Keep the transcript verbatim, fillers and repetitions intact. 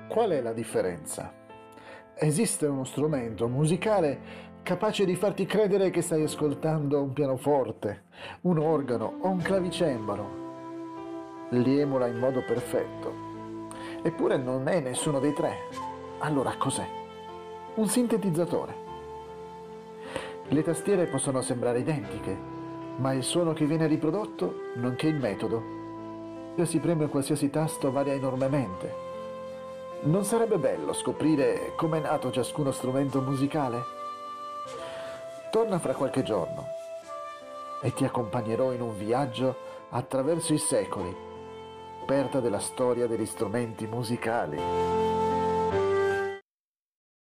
Qual è la differenza? Esiste uno strumento musicale capace di farti credere che stai ascoltando un pianoforte, un organo o un clavicembalo. Li emula in modo perfetto. Eppure non è nessuno dei tre. Allora cos'è? Un sintetizzatore. Le tastiere possono sembrare identiche, ma il suono che viene riprodotto, nonché il metodo. Se si preme qualsiasi tasto varia enormemente. Non sarebbe bello scoprire come è nato ciascuno strumento musicale? Torna fra qualche giorno e ti accompagnerò in un viaggio attraverso i secoli, scoperta della storia degli strumenti musicali.